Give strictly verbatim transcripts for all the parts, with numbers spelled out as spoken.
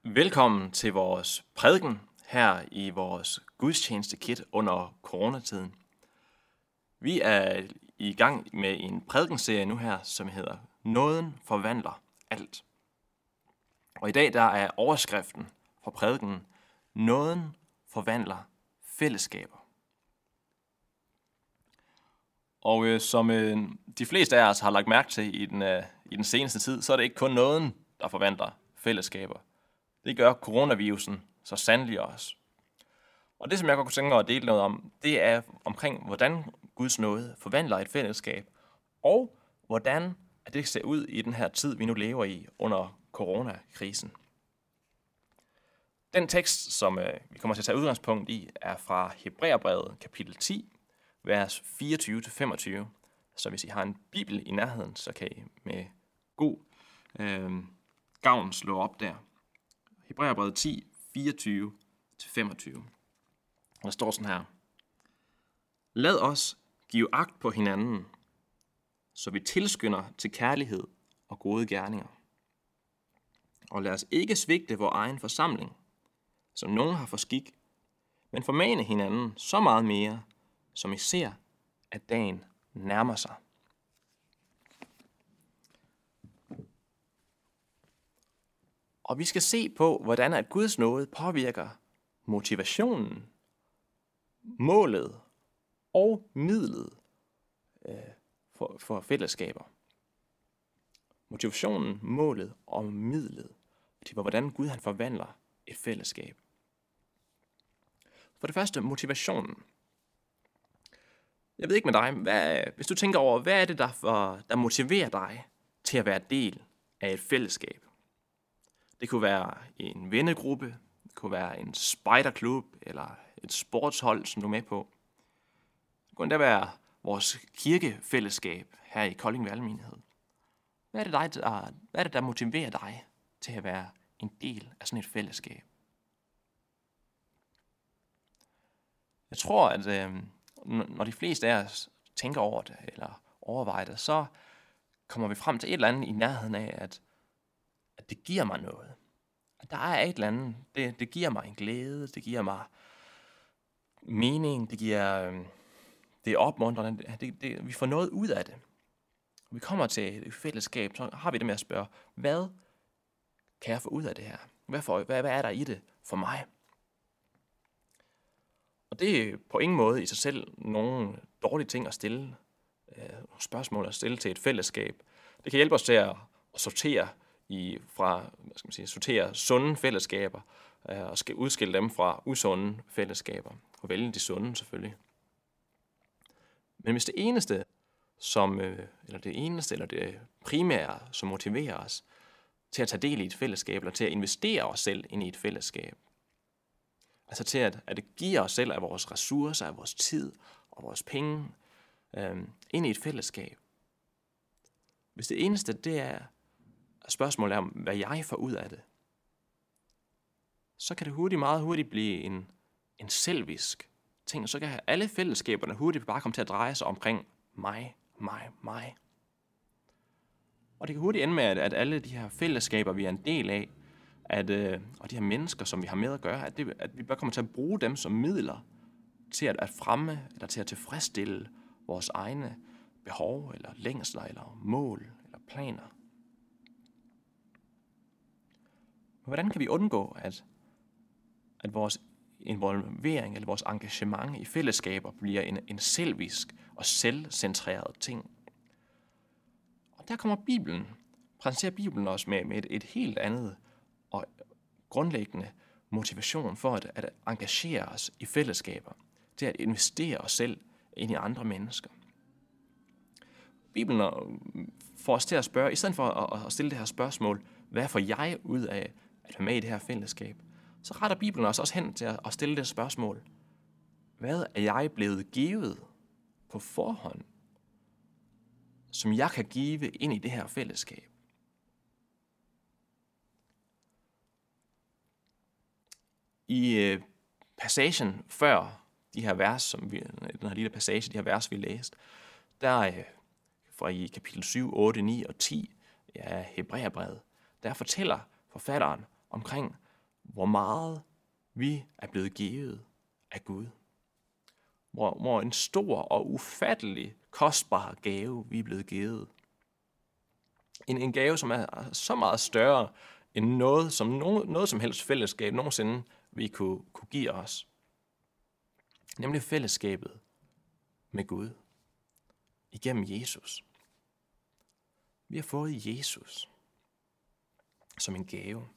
Velkommen til vores prædiken her i vores gudstjenestekit under coronatiden. Vi er i gang med en prædikenserie nu her, som hedder Nåden forvandler alt. Og i dag der er overskriften for prædikenen Nåden forvandler fællesskaber. Og øh, som øh, de fleste af os har lagt mærke til i den, øh, i den seneste tid, så er det ikke kun nåden, der forvandler fællesskaber. Det gør coronavirusen så sandelig også. Og det, som jeg godt kunne tænke mig at dele noget om, det er omkring, hvordan Guds nåde forvandler et fællesskab, og hvordan det ser ud i den her tid, vi nu lever i under coronakrisen. Den tekst, som øh, vi kommer til at tage udgangspunkt i, er fra Hebræerbrevet kapitel ti, vers fireogtyve til femogtyve. Så hvis I har en bibel i nærheden, så kan I med god øh, gavn slå op der. Hebræerbrevet ti, fireogtyve til femogtyve. Der står sådan her. Lad os give agt på hinanden, så vi tilskynder til kærlighed og gode gerninger. Og lad os ikke svigte vor egen forsamling, som nogen har for skik, men formane hinanden så meget mere, som I ser, at dagen nærmer sig. Og vi skal se på, hvordan at Guds nåde påvirker motivationen, målet og midlet øh, for, for fællesskaber. Motivationen, målet og midlet til, hvordan Gud han forvandler et fællesskab. For det første, motivationen. Jeg ved ikke med dig, hvad, hvis du tænker over, hvad er det, der, for, der motiverer dig til at være del af et fællesskab? Det kunne være en vennegruppe, det kunne være en spejderklub eller et sportshold, som du er med på. Det kunne endda være vores kirkefællesskab her i Kolding Valgmenighed. Hvad er det, dig, der, hvad er det, der motiverer dig til at være en del af sådan et fællesskab? Jeg tror, at øh, når de fleste af os tænker over det eller overvejer det, så kommer vi frem til et eller andet i nærheden af, at at det giver mig noget. At der er et eller andet, det, det giver mig en glæde, det giver mig mening, det giver, det er opmuntrende, det, det, vi får noget ud af det. Vi kommer til et fællesskab, så har vi det med at spørge, hvad kan jeg få ud af det her? Hvad, for, hvad, hvad er der i det for mig? Og det er på ingen måde i sig selv nogle dårlige ting at stille, øh, spørgsmål at stille til et fællesskab. Det kan hjælpe os til at, at sortere i fra, hvad skal man sige, sortere sunde fællesskaber øh, og skal udskille dem fra usunde fællesskaber og vælge de sunde selvfølgelig. Men hvis det eneste som øh, eller det eneste eller det primære som motiverer os til at tage del i et fællesskab eller til at investere os selv ind i et fællesskab, altså til at, at det giver os selv af vores ressourcer, af vores tid og vores penge øh, ind i et fællesskab. Hvis det eneste det er spørgsmålet er, hvad jeg får ud af det, så kan det hurtigt, meget hurtigt blive en, en selvisk ting. Så kan alle fællesskaberne hurtigt bare komme til at dreje sig omkring mig, mig, mig. Og det kan hurtigt ende med, at, at alle de her fællesskaber, vi er en del af, at, øh, og de her mennesker, som vi har med at gøre, at, det, at vi bare kommer til at bruge dem som midler til at, at fremme, eller til at tilfredsstille vores egne behov, eller længsler, eller mål, eller planer. Hvordan kan vi undgå, at, at vores involvering eller vores engagement i fællesskaber bliver en, en selvisk og selvcentreret ting? Og der kommer Bibelen, præsenterer Bibelen os med, med et, et helt andet og grundlæggende motivation for at, at engagere os i fællesskaber, til at investere os selv ind i andre mennesker. Bibelen får os til at spørge, i stedet for at, at stille det her spørgsmål, hvad får jeg ud af at være med i det her fællesskab, så retter Bibelen os også hen til at stille det spørgsmål. Hvad er jeg blevet givet på forhånd, som jeg kan give ind i det her fællesskab? I øh, passagen før de her vers, som vi, den her lille passage, de her vers, vi læste, der øh, fra i kapitel syv, otte, ni og ti af Hebræerbrevet, der fortæller forfatteren omkring, hvor meget vi er blevet givet af Gud. Hvor, hvor en stor og ufattelig kostbar gave vi er blevet givet. En, en gave, som er så meget større end noget som, noget, noget som helst fællesskab nogensinde vi kunne, kunne give os. Nemlig fællesskabet med Gud igennem Jesus. Vi har fået Jesus som en gave.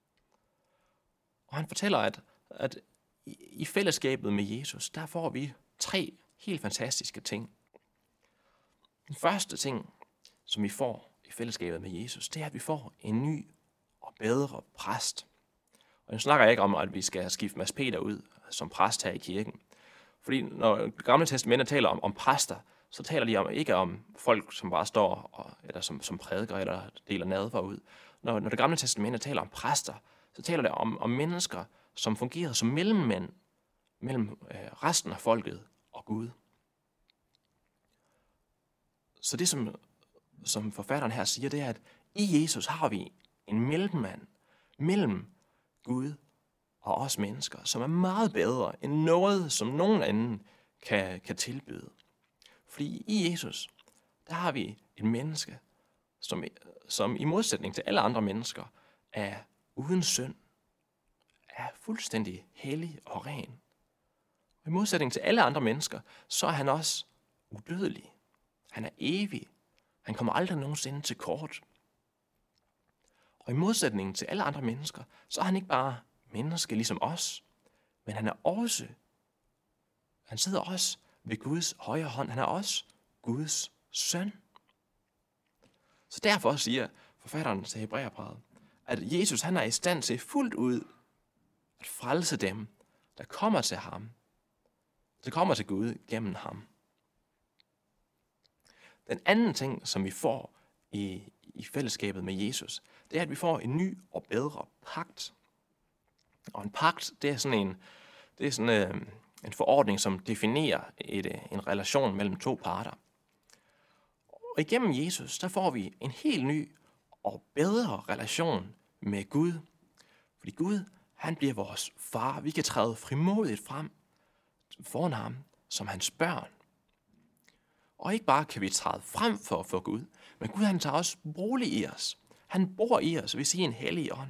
Og han fortæller, at, at i fællesskabet med Jesus, der får vi tre helt fantastiske ting. Den første ting, som vi får i fællesskabet med Jesus, det er, at vi får en ny og bedre præst. Og nu snakker jeg ikke om, at vi skal skifte Mads Peter ud som præst her i kirken. Fordi når det gamle testamente taler om, om præster, så taler de om, ikke om folk, som bare står og, eller som, som prædiker eller deler nadver ud. Når, når det gamle testamente taler om præster, så taler det om, om mennesker, som fungerer som mellemmænd mellem øh, resten af folket og Gud. Så det, som, som forfatteren her siger, det er, at i Jesus har vi en mellemmand mellem Gud og os mennesker, som er meget bedre end noget, som nogen anden kan, kan tilbyde. Fordi i Jesus, der har vi et menneske, som, som i modsætning til alle andre mennesker, er uden synd, er fuldstændig hellig og ren. Og i modsætning til alle andre mennesker, så er han også udødelig. Han er evig. Han kommer aldrig nogensinde til kort. Og i modsætning til alle andre mennesker, så er han ikke bare menneske ligesom os, men han er også, han sidder også ved Guds højre hånd. Han er også Guds søn. Så derfor siger forfatteren til Hebræerbrevet, at Jesus han er i stand til fuldt ud at frelse dem, der kommer til ham, der kommer til Gud gennem ham. Den anden ting, som vi får i, i fællesskabet med Jesus, det er, at vi får en ny og bedre pagt. Og en pagt, det er sådan en, det er sådan, øh, en forordning, som definerer et, en relation mellem to parter. Og igennem Jesus, der får vi en helt ny og bedre relation med Gud. Fordi Gud, han bliver vores far. Vi kan træde frimodigt frem foran ham som hans børn. Og ikke bare kan vi træde frem for, for Gud, men Gud han tager også bolig i os. Han bor i os, vil sige en hellig ånd.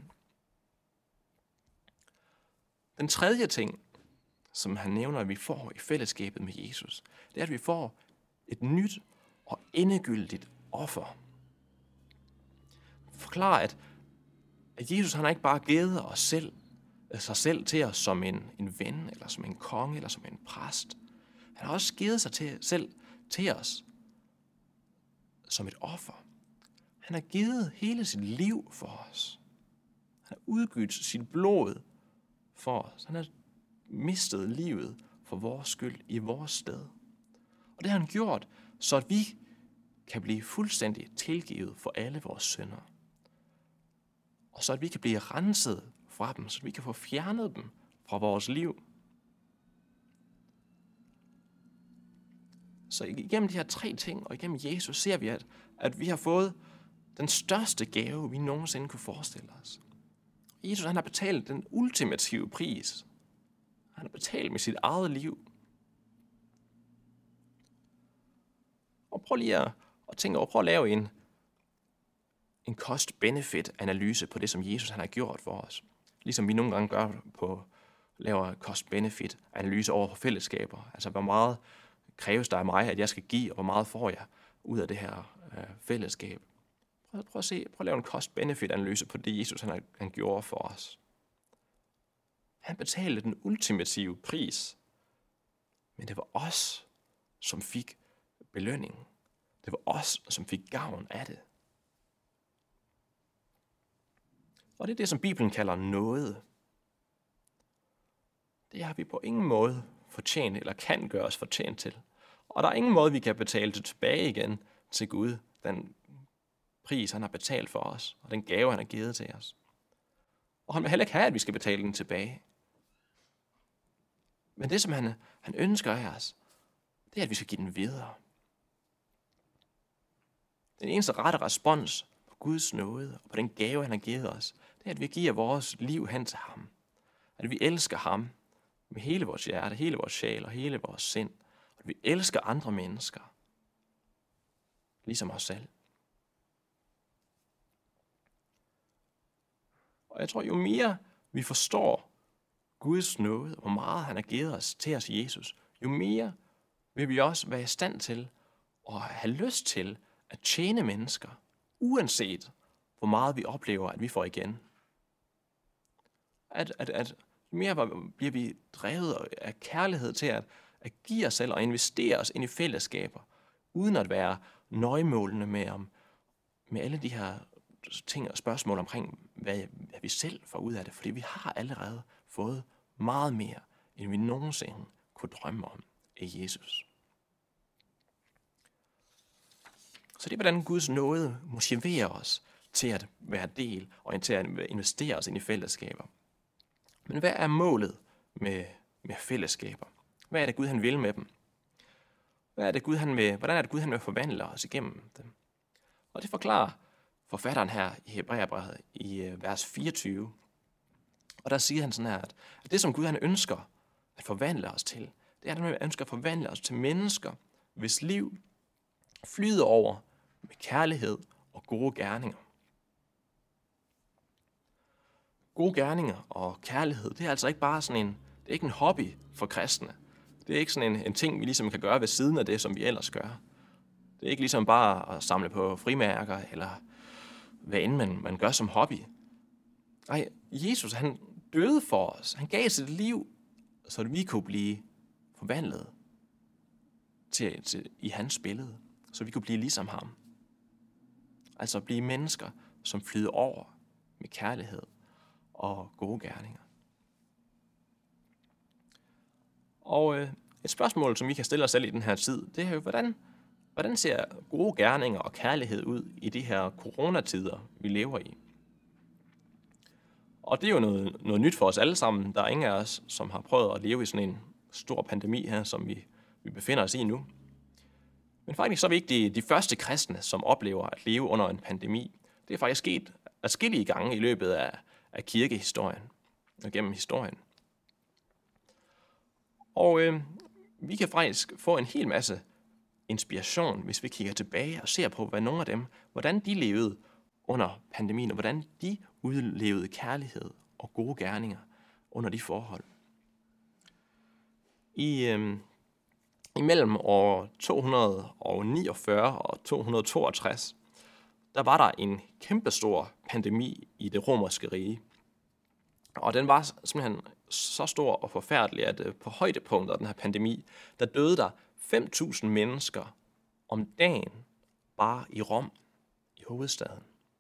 Den tredje ting, som han nævner, at vi får i fællesskabet med Jesus, det er, at vi får et nyt og endegyldigt offer. Forklar, at, at Jesus han har ikke bare givet os selv, sig selv til os som en, en ven, eller som en konge, eller som en præst. Han har også givet sig til, selv til os som et offer. Han har givet hele sit liv for os. Han har udgivet sit blod for os. Han har mistet livet for vores skyld i vores sted. Og det har han gjort, så at vi kan blive fuldstændig tilgivet for alle vores synder. Og så at vi kan blive renset fra dem, så at vi kan få fjernet dem fra vores liv. Så igennem de her tre ting, og igennem Jesus, ser vi, at, at vi har fået den største gave, vi nogensinde kunne forestille os. Jesus han har betalt den ultimative pris. Han har betalt med sit eget liv. Og prøv lige at, at tænke over, prøv at lave en, en cost-benefit-analyse på det, som Jesus han har gjort for os. Ligesom vi nogle gange gør på, laver cost-benefit-analyse over for fællesskaber. Altså, hvor meget kræves der af mig, at jeg skal give, og hvor meget får jeg ud af det her øh, fællesskab. Prøv, prøv at se, prøv at lave en cost-benefit-analyse på det, Jesus han, han gjorde for os. Han betalte den ultimative pris, men det var os, som fik belønningen. Det var os, som fik gavn af det. Og det er det, som Bibelen kalder nåde. Det har vi på ingen måde fortjent eller kan gøre os fortjent til. Og der er ingen måde, vi kan betale det tilbage igen til Gud, den pris, han har betalt for os, og den gave, han har givet til os. Og han vil heller ikke have, at vi skal betale den tilbage. Men det, som han, han ønsker af os, det er, at vi skal give den videre. Den eneste rette respons på Guds nåde og på den gave, han har givet os, det er, at vi giver vores liv hen til ham. At vi elsker ham med hele vores hjerte, hele vores sjæl og hele vores sind. At vi elsker andre mennesker, ligesom os selv. Og jeg tror, jo mere vi forstår Guds nåde, hvor meget han har givet os til os i Jesus, jo mere vil vi også være i stand til at have lyst til at tjene mennesker, uanset hvor meget vi oplever, at vi får igen. At, at, at mere bliver vi drevet af kærlighed til at, at give os selv og investere os ind i fællesskaber, uden at være nøjemålende med, om, med alle de her ting og spørgsmål omkring, hvad, hvad vi selv får ud af det. Fordi vi har allerede fået meget mere, end vi nogensinde kunne drømme om af Jesus. Så det er, hvordan Guds nåde motiverer os til at være del og til at investere os ind i fællesskaber. Men hvad er målet med, med fællesskaber? Hvad er det Gud han vil med dem? Hvad er det Gud han vil, hvordan er det Gud han vil forvandle os igennem dem? Og det forklarer forfatteren her i Hebræerbrevet i vers fireogtyve. Og der siger han sådan her, at det som Gud han ønsker at forvandle os til, det er, at han ønsker at forvandle os til mennesker, hvis liv flyder over med kærlighed og gode gerninger. Gode gerninger og kærlighed, det er altså ikke bare sådan en, det er ikke en hobby for kristne. Det er ikke sådan en, en ting, vi ligesom kan gøre ved siden af det, som vi ellers gør. Det er ikke ligesom bare at samle på frimærker, eller hvad end man, man gør som hobby. Nej, Jesus han døde for os. Han gav sit liv, så vi kunne blive forvandlet til, til, i hans billede. Så vi kunne blive ligesom ham. Altså blive mennesker, som flyder over med kærlighed og gode gerninger. Og øh, et spørgsmål, som vi kan stille os selv i den her tid, det er jo, hvordan, hvordan ser gode gerninger og kærlighed ud i de her coronatider, vi lever i? Og det er jo noget, noget nyt for os alle sammen. Der er ingen af os, som har prøvet at leve i sådan en stor pandemi her, som vi, vi befinder os i nu. Men faktisk så er vi ikke de, de første kristne, som oplever at leve under en pandemi. Det er faktisk sket adskillige gange i løbet af, af kirkehistorien og gennem historien. Og øh, vi kan faktisk få en hel masse inspiration, hvis vi kigger tilbage og ser på, hvad nogle af dem, hvordan de levede under pandemien, og hvordan de udlevede kærlighed og gode gerninger under de forhold. I øh, imellem år to hundrede niogfyrre og to hundrede toogtres, der var der en kæmpestor pandemi i det romerske rige. Og den var simpelthen så stor og forfærdelig, at på højdepunktet af den her pandemi, der døde der fem tusind mennesker om dagen bare i Rom, i hovedstaden.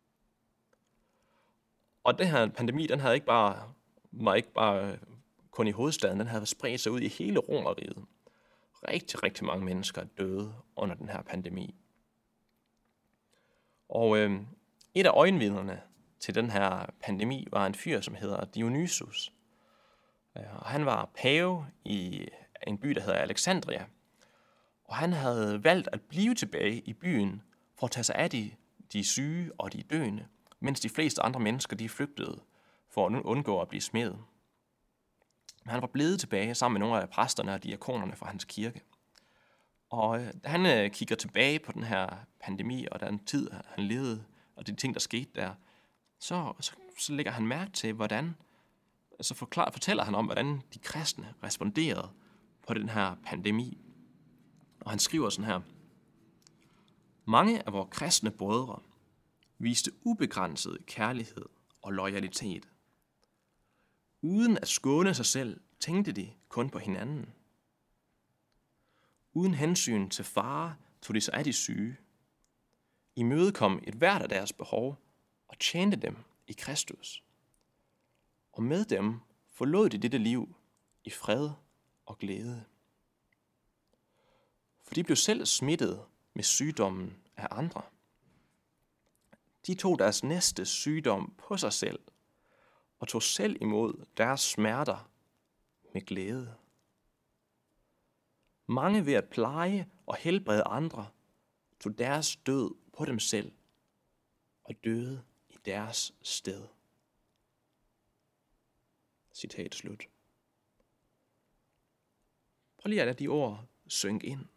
Og den her pandemi, den havde ikke bare, var ikke bare kun i hovedstaden, den havde spredt sig ud i hele Romerriget. Rigtig, rigtig mange mennesker døde under den her pandemi. Og øh, et af øjenvidnerne til den her pandemi var en fyr, som hedder Dionysus. Og han var pave i en by, der hedder Alexandria. Og han havde valgt at blive tilbage i byen for at tage sig af de, de syge og de døende, mens de fleste andre mennesker de flygtede for at undgå at blive smittet. Men han var blevet tilbage sammen med nogle af præsterne og diakonerne fra hans kirke. Og da han øh, kigger tilbage på den her pandemi og den tid, han levede, og de ting, der skete der, så, så, så lægger han mærke til, hvordan, så forklar, fortæller han om, hvordan de kristne responderede på den her pandemi. Og han skriver sådan her: mange af vores kristne brødre viste ubegrænset kærlighed og loyalitet. Uden at skåne sig selv, tænkte de kun på hinanden. Uden hensyn til fare tog de sig af de syge. Imødekom et hvert af deres behov og tjente dem i Kristus. Og med dem forlod de dette liv i fred og glæde. For de blev selv smittet med sygdommen af andre. De tog deres næste sygdom på sig selv og tog selv imod deres smerter med glæde. Mange ved at pleje og helbrede andre tog deres død på dem selv og døde i deres sted. Citat slut. Prøv lige at lade de ord synke ind.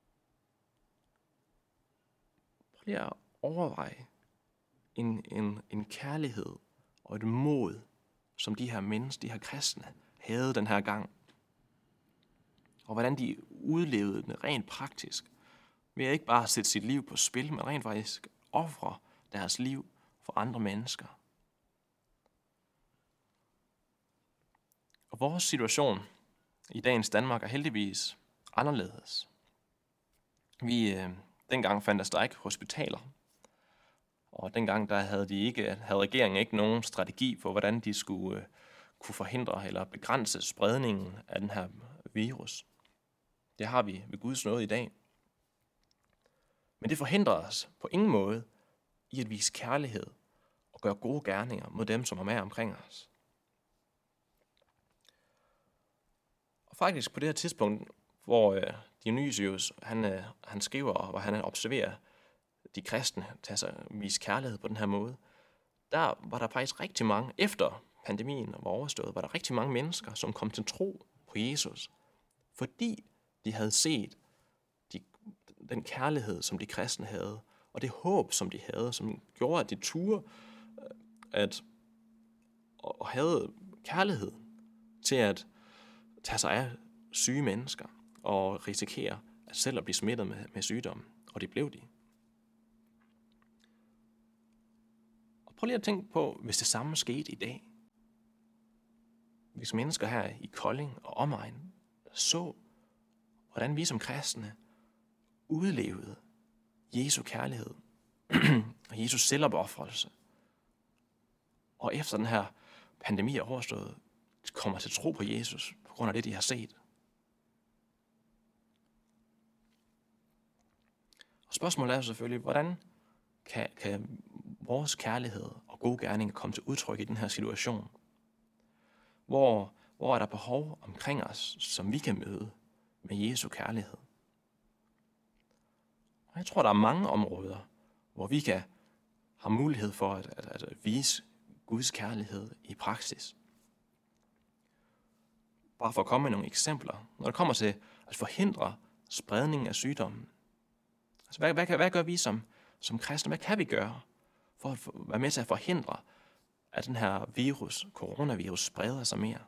Prøv lige at overveje en, en, en kærlighed og et mod, som de her mennesker, de her kristne, havde den her gang. Og hvordan de udlevede den rent praktisk, ved at ikke bare sætte sit liv på spil, men rent faktisk ofre deres liv for andre mennesker. Og vores situation i dagens Danmark er heldigvis anderledes. Vi, øh, dengang fandtes der ikke hospitaler, og dengang der havde, de ikke, havde regeringen ikke nogen strategi for, hvordan de skulle øh, kunne forhindre eller begrænse spredningen af den her virus. Det har vi ved Guds nåde i dag. Men det forhindrer os på ingen måde i at vise kærlighed og gøre gode gerninger mod dem, som er med omkring os. Og faktisk på det her tidspunkt, hvor øh, Dionysius han, øh, han skriver, og hvor han observerer de kristne til at vise kærlighed på den her måde, der var der faktisk rigtig mange, efter pandemien var overstået, var der rigtig mange mennesker, som kom til tro på Jesus, fordi de havde set de, den kærlighed, som de kristne havde, og det håb, som de havde, som gjorde, at de turde at, og havde kærlighed til at tage sig af syge mennesker og risikere at selv at blive smittet med, med sygdommen. Og det blev de. Og prøv lige at tænke på, hvis det samme skete i dag. Hvis mennesker her i Kolding og omegn så, hvordan vi som kristne udlevede Jesu kærlighed og Jesus selvopofrelse, og efter den her pandemi er overstået, kommer til tro på Jesus på grund af det, de har set. Og spørgsmålet er selvfølgelig, hvordan kan, kan vores kærlighed og gode gerninger komme til udtryk i den her situation? Hvor, hvor er der behov omkring os, som vi kan møde med Jesu kærlighed? Og jeg tror, der er mange områder, hvor vi kan have mulighed for at, at, at vise Guds kærlighed i praksis. Bare for at komme med nogle eksempler. Når det kommer til at forhindre spredningen af sygdommen. Altså, hvad, hvad, hvad gør vi som, som kristne? Hvad kan vi gøre for at for, være med til at forhindre, at den her virus, coronavirus, spreder sig mere?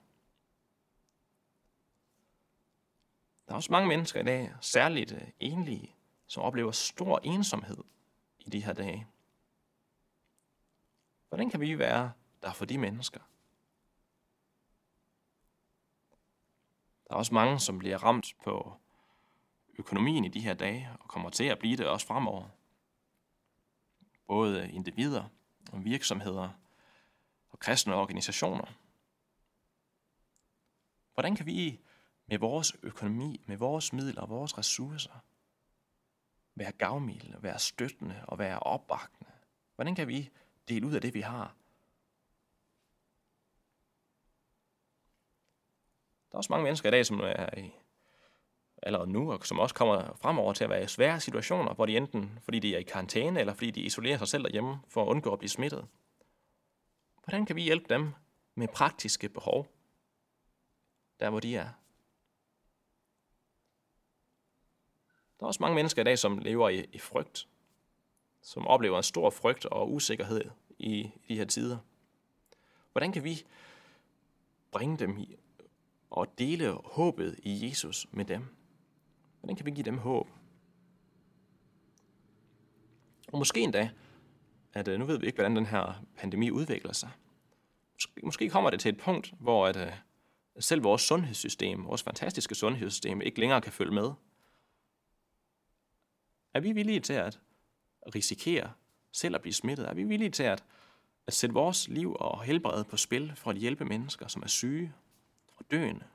Der er også mange mennesker i dag, særligt enlige, som oplever stor ensomhed i de her dage. Hvordan kan vi være der for de mennesker? Der er også mange, som bliver ramt på økonomien i de her dage, og kommer til at blive det også fremover. Både individer og virksomheder og kristne organisationer. Hvordan kan vi med vores økonomi, med vores midler og vores ressourcer være gavmilde, være støttende og være opbakkende? Hvordan kan vi dele ud af det, vi har? Der er også mange mennesker i dag, som er i, allerede nu, og som også kommer fremover til at være i svære situationer, hvor de enten, fordi de er i karantæne, eller fordi de isolerer sig selv derhjemme for at undgå at blive smittet. Hvordan kan vi hjælpe dem med praktiske behov, der hvor de er? Der er også mange mennesker i dag, som lever i, i frygt, som oplever en stor frygt og usikkerhed i, i de her tider. Hvordan kan vi bringe dem i og dele håbet i Jesus med dem? Hvordan kan vi give dem håb? Og måske endda, at nu ved vi ikke, hvordan den her pandemi udvikler sig. Måske, måske kommer det til et punkt, hvor at, at selv vores sundhedssystem, vores fantastiske sundhedssystem, ikke længere kan følge med. Er vi villige til at risikere selv at blive smittet? Er vi villige til at, at sætte vores liv og helbred på spil for at hjælpe mennesker, som er syge og døende?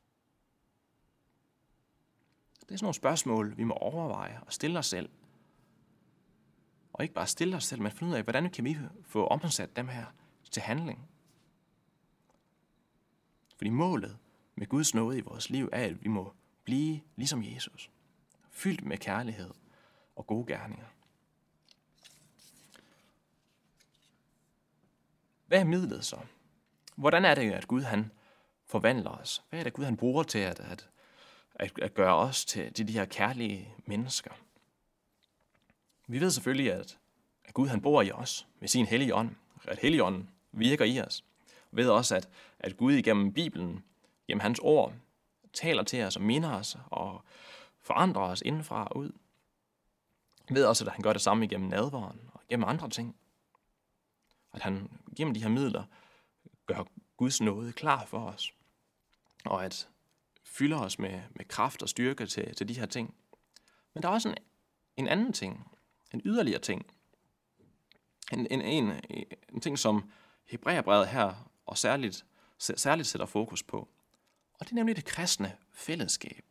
Det er sådan nogle spørgsmål, vi må overveje og stille os selv. Og ikke bare stille os selv, men finde ud af, hvordan kan vi få omsat dem her til handling? Fordi målet med Guds nåde i vores liv er, at vi må blive ligesom Jesus. Fyldt med kærlighed og gode gerninger. Hvad er midlet så? Hvordan er det, at Gud han forvandler os? Hvad er det, Gud han bruger til at, at, at, at gøre os til, til de her kærlige mennesker? Vi ved selvfølgelig, at, at Gud han bor i os med sin hellige ånd, at Helligånden virker i os. Vi ved også, at, at Gud igennem Bibelen, gennem hans ord, taler til os og minder os og forandrer os indenfra og ud. Vi ved også, at han gør det samme igennem nadveren og gennem andre ting. At han gennem de her midler gør Guds nåde klar for os. Og at fylder os med, med kraft og styrke til, til de her ting. Men der er også en, en anden ting, en yderligere ting. En, en, en, en ting, som Hebræerbrevet her og særligt, særligt sætter fokus på. Og det er nemlig det kristne fællesskab.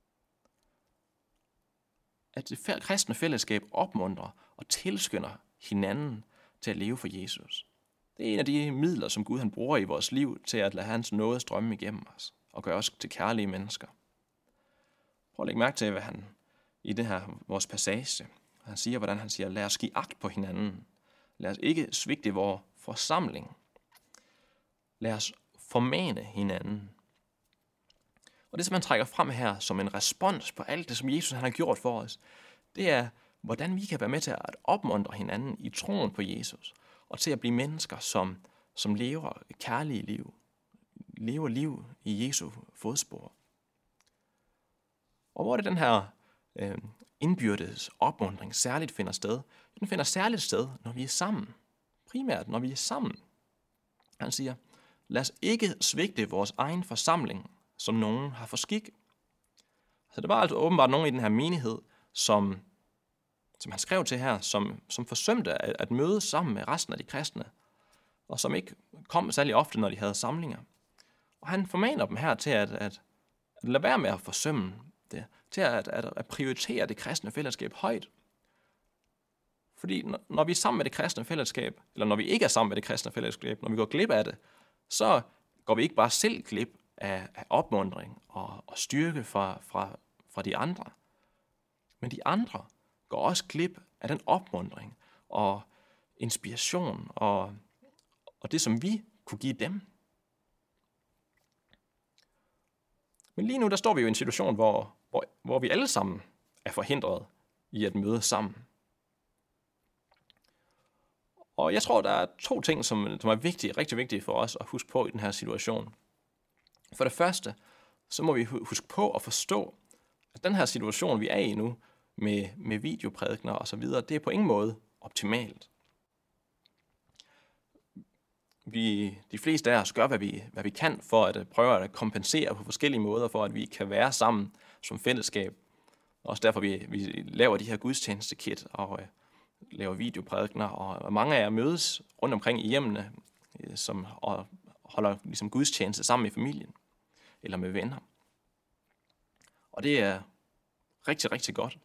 At det kristne fællesskab opmuntrer og tilskynder hinanden til at leve for Jesus. Det er en af de midler, som Gud han bruger i vores liv til at lade hans nåde strømme igennem os og gøre os til kærlige mennesker. Prøv at lægge mærke til, hvad han i det her vores passage, han siger, hvordan han siger, lad os give agt på hinanden. Lad os ikke svigte vores forsamling. Lad os formane hinanden. Og det, som han trækker frem her som en respons på alt det, som Jesus han har gjort for os, det er, hvordan vi kan være med til at opmuntre hinanden i troen på Jesus, og til at blive mennesker, som, som lever kærlige liv, lever liv i Jesu fodspor. Og hvor er det den her øh, indbyrdes opmuntring særligt finder sted? Den finder særligt sted, når vi er sammen. Primært, når vi er sammen. Han siger, lad os ikke svigte vores egen forsamling, som nogen har for skik. Så det var altså åbenbart nogen i den her menighed, som, som han skrev til her, som, som forsømte at, at møde sammen med resten af de kristne, og som ikke kom særlig ofte, når de havde samlinger. Og han formaner dem her til at, at, at lade være med at forsømme det, til at, at, at prioritere det kristne fællesskab højt. Fordi når, når vi er sammen med det kristne fællesskab, eller når vi ikke er sammen med det kristne fællesskab, når vi går glip af det, så går vi ikke bare selv glip af, af opmuntring og, og styrke fra, fra, fra de andre. Men de andre går også glip af den opmuntring og inspiration og, og det, som vi kunne give dem. Men lige nu, der står vi jo i en situation, hvor, hvor, hvor vi alle sammen er forhindret i at møde sammen. Og jeg tror, der er to ting, som, som er vigtige, rigtig vigtige for os at huske på i den her situation. For det første, så må vi huske på at forstå, at den her situation, vi er i nu, med, med videoprædikener og så videre, det er på ingen måde optimalt. Vi, de fleste af os gør, hvad vi, hvad vi kan for at prøve at kompensere på forskellige måder, for at vi kan være sammen som fællesskab. Også derfor, vi, vi laver de her gudstjenestekit og øh, laver videoprædikener, og mange af jer mødes rundt omkring i hjemmene, øh, som, og holder ligesom gudstjeneste sammen med familien eller med venner. Og det er rigtig, rigtig godt.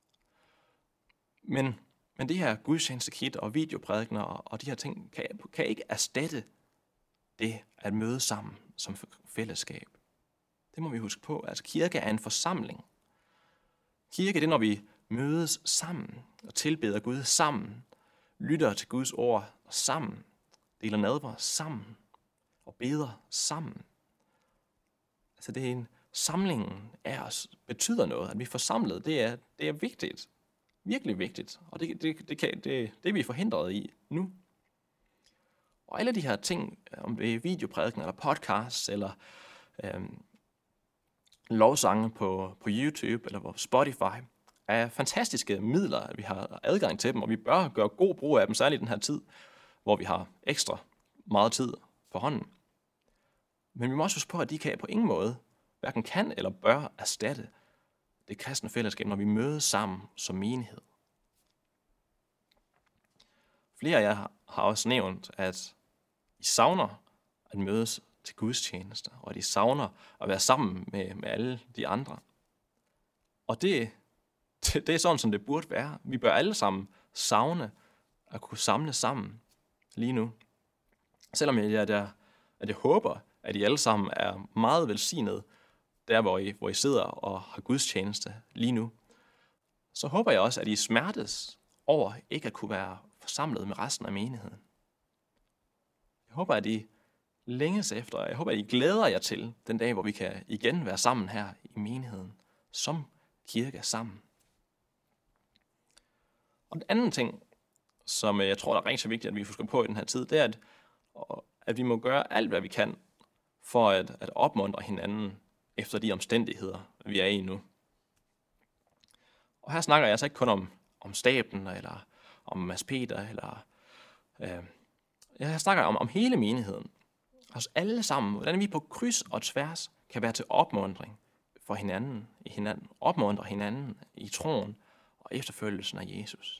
Men, men det her gudstjenestekit og videoprædikener og, og de her ting kan, kan ikke erstatte det at møde sammen som fællesskab. Det må vi huske på. Altså kirke er en forsamling. Kirke det er, når vi mødes sammen og tilbeder Gud sammen, lytter til Guds ord sammen, deler nadver sammen og beder sammen. Altså det er en samling af os betyder noget, at vi er forsamlet. Det er, det er vigtigt. Virkelig vigtigt. Og det, det, det, kan, det, det er vi forhindret i nu. Og alle de her ting, om det er videoprædiken eller podcasts eller øhm, lovsange på, på YouTube eller på Spotify, er fantastiske midler, at vi har adgang til dem, og vi bør gøre god brug af dem, særligt i den her tid, hvor vi har ekstra meget tid på hånden. Men vi må også huske på, at de kan på ingen måde, hverken kan eller bør erstatte det kristne fællesskab, når vi mødes sammen som menighed. Flere af jer har også nævnt, at I savner at mødes til gudstjenester, og at I savner at være sammen med, med alle de andre. Og det, det, det er sådan, som det burde være. Vi bør alle sammen savne at kunne samle sammen lige nu. Selvom jeg, at jeg, at jeg håber, at I alle sammen er meget velsignet, der hvor I, hvor I sidder og har gudstjeneste lige nu, så håber jeg også, at I smertes over ikke at kunne være forsamlet med resten af menigheden. Jeg håber, at I længes efter, og jeg håber, at I glæder jer til den dag, hvor vi kan igen være sammen her i menigheden, som kirke sammen. Og den anden ting, som jeg tror, der er rigtig vigtigt, at vi husker på i den her tid, det er, at, at vi må gøre alt, hvad vi kan, for at, at opmuntre hinanden efter de omstændigheder, vi er i nu. Og her snakker jeg altså ikke kun om, om staben, eller om Mads Peter, eller øh, jeg snakker om, om hele menigheden. Os alle sammen, hvordan vi på kryds og tværs kan være til opmuntring for hinanden, i hinanden, opmuntre hinanden i troen og efterfølgelsen af Jesus.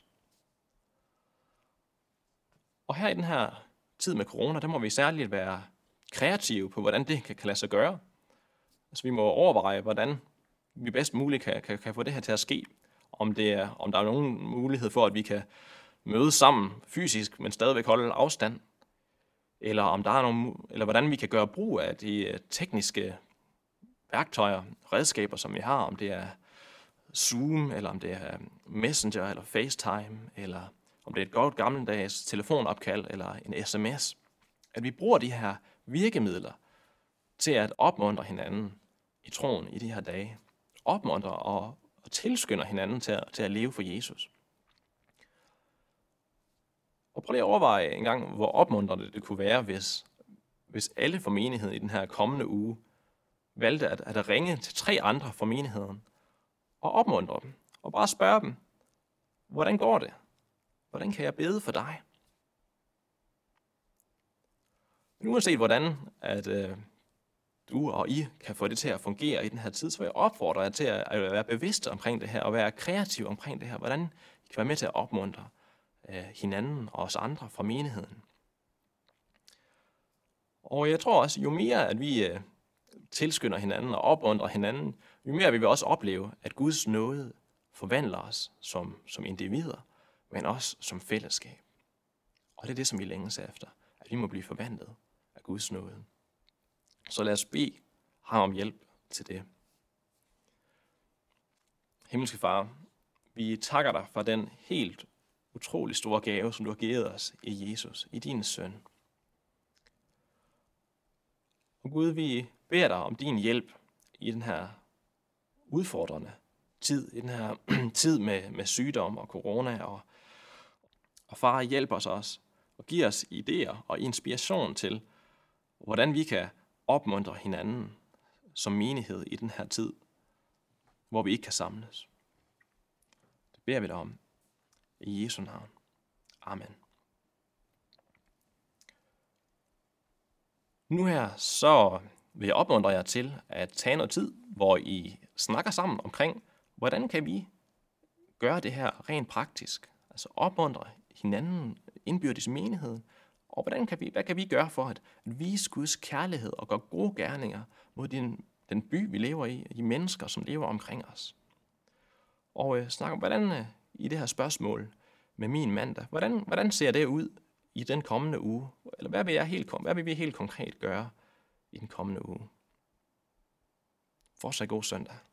Og her i den her tid med corona, der må vi særligt være kreative på, hvordan det kan, kan lade sig gøre. Altså vi må overveje, hvordan vi bedst muligt kan, kan, kan få det her til at ske. Om, det er, om der er nogen mulighed for, at vi kan mødes sammen fysisk, men stadigvæk holde afstand. Eller om der er nogen, eller hvordan vi kan gøre brug af de tekniske værktøjer, redskaber, som vi har, om det er Zoom, eller om det er Messenger, eller FaceTime, eller om det er et godt gammeldags telefonopkald, eller en sms. At vi bruger de her virkemidler til at opmuntre hinanden i troen i de her dage. Opmuntre og, og tilskynder hinanden til at, til at leve for Jesus. Og prøv lige at overveje en gang, hvor opmuntrende det kunne være, hvis, hvis alle fra menigheden i den her kommende uge valgte at, at ringe til tre andre fra menigheden og opmuntre dem. Og bare spørge dem, hvordan går det? Hvordan kan jeg bede for dig? Men uanset hvordan at, øh, du og I kan få det til at fungere i den her tid, så vil jeg opfordre jer til at, at være bevidste omkring det her, og være kreative omkring det her. Hvordan I kan være med til at opmuntre øh, hinanden og os andre fra menigheden. Og jeg tror også, jo mere at vi øh, tilskynder hinanden og opmuntrer hinanden, jo mere vil vi også opleve, at Guds nåde forvandler os som, som individer, men også som fællesskab. Og det er det, som vi længes efter, at vi må blive forvandlet af Guds nåde. Så lad os bede ham om hjælp til det. Himmelske Far, vi takker dig for den helt utrolig store gave, som du har givet os i Jesus, i din søn. Og Gud, vi beder dig om din hjælp i den her udfordrende tid, i den her tid med, med sygdom og corona. Og, og far, hjælp os også og giv os idéer og inspiration til, hvordan vi kan opmuntre hinanden som menighed i den her tid, hvor vi ikke kan samles. Det beder vi dig om. I Jesu navn. Amen. Nu her så vil jeg opmuntre jer til at tage noget tid, hvor I snakker sammen omkring, hvordan kan vi gøre det her rent praktisk. Altså opmuntre hinanden indbyrdes i menigheden, og hvordan kan vi, hvad kan vi gøre for at vise Guds kærlighed og gøre gode gerninger mod den, den by, vi lever i, og de mennesker, som lever omkring os. Og øh, snak om, hvordan øh, i det her spørgsmål med min mandag, hvordan, hvordan ser det ud i den kommende uge? Eller hvad vil, jeg helt, hvad vil vi helt konkret gøre i den kommende uge? Fortsat god søndag.